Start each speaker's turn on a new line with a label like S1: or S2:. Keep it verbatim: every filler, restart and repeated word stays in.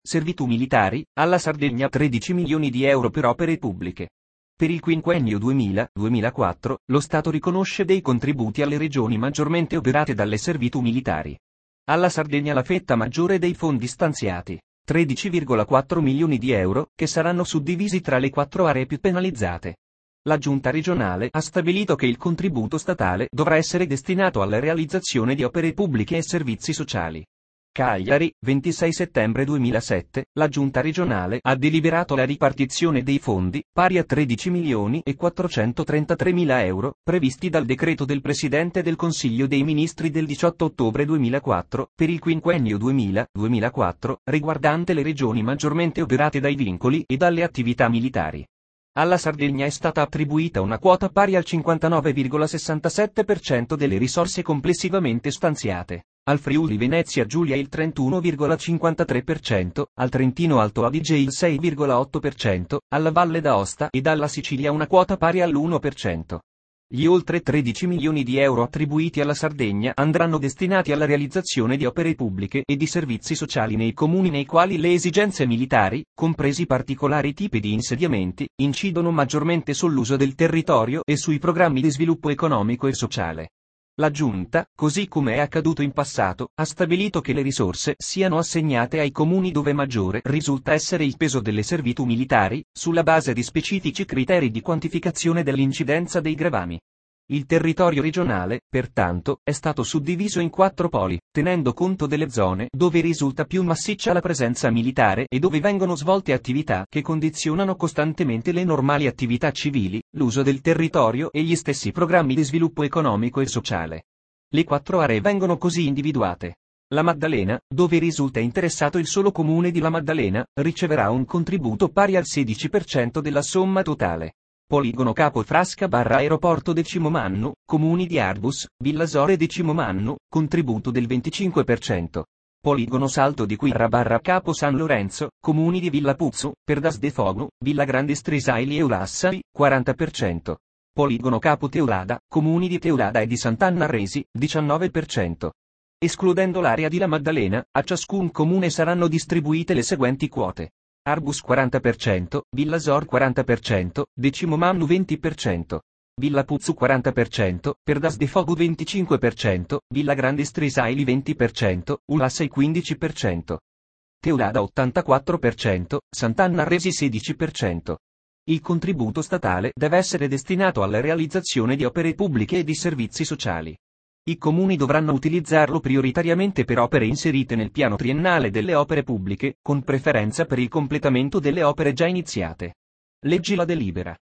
S1: Servitù militari, alla Sardegna tredici milioni di euro per opere pubbliche. Per il quinquennio duemila duemilaquattro, lo Stato riconosce dei contributi alle regioni maggiormente oberate dalle servitù militari. Alla Sardegna la fetta maggiore dei fondi stanziati, tredici virgola quattro milioni di euro, che saranno suddivisi tra le quattro aree più penalizzate. La Giunta regionale ha stabilito che il contributo statale dovrà essere destinato alla realizzazione di opere pubbliche e servizi sociali. Cagliari, ventisei settembre duemilasette, la Giunta regionale ha deliberato la ripartizione dei fondi, pari a tredici milioni e quattrocentotrentatremila euro, previsti dal decreto del Presidente del Consiglio dei Ministri del diciotto ottobre duemilaquattro, per il quinquennio duemila duemilaquattro, riguardante le regioni maggiormente oberate dai vincoli e dalle attività militari. Alla Sardegna è stata attribuita una quota pari al cinquantanove virgola sessantasette per cento delle risorse complessivamente stanziate, al Friuli Venezia Giulia il trentuno virgola cinquantatré per cento, al Trentino Alto Adige il sei virgola otto per cento, alla Valle d'Aosta ed alla Sicilia una quota pari all'uno per cento. Gli oltre tredici milioni di euro attribuiti alla Sardegna andranno destinati alla realizzazione di opere pubbliche e di servizi sociali nei comuni nei quali le esigenze militari, compresi particolari tipi di insediamenti, incidono maggiormente sull'uso del territorio e sui programmi di sviluppo economico e sociale. La Giunta, così come è accaduto in passato, ha stabilito che le risorse siano assegnate ai comuni dove maggiore risulta essere il peso delle servitù militari, sulla base di specifici criteri di quantificazione dell'incidenza dei gravami. Il territorio regionale, pertanto, è stato suddiviso in quattro poli, tenendo conto delle zone dove risulta più massiccia la presenza militare e dove vengono svolte attività che condizionano costantemente le normali attività civili, l'uso del territorio e gli stessi programmi di sviluppo economico e sociale. Le quattro aree vengono così individuate. La Maddalena, dove risulta interessato il solo comune di La Maddalena, riceverà un contributo pari al sedici per cento della somma totale. Poligono Capo Frasca barra Aeroporto Decimomannu, comuni di Arbus, Villasore e Decimomannu, contributo del venticinque per cento. Poligono Salto di Quirra barra Capo San Lorenzo, comuni di Villa Puzzu, Perdas de Fogu, Villa Grande Strisaili e Ulassari, quaranta per cento. Poligono Capo Teulada, comuni di Teulada e di Sant'Anna Resi, diciannove per cento. Escludendo l'area di La Maddalena, a ciascun comune saranno distribuite le seguenti quote. Arbus quaranta per cento, Villasor quaranta per cento, Decimomannu venti per cento. Villa Puzzu quaranta per cento, Perdas de Fogu venticinque per cento, Villa Grande Strisaili venti per cento, Ulassai quindici per cento. Teulada ottantaquattro per cento, Sant'Anna Resi sedici per cento. Il contributo statale deve essere destinato alla realizzazione di opere pubbliche e di servizi sociali. I comuni dovranno utilizzarlo prioritariamente per opere inserite nel piano triennale delle opere pubbliche, con preferenza per il completamento delle opere già iniziate. Leggi la delibera.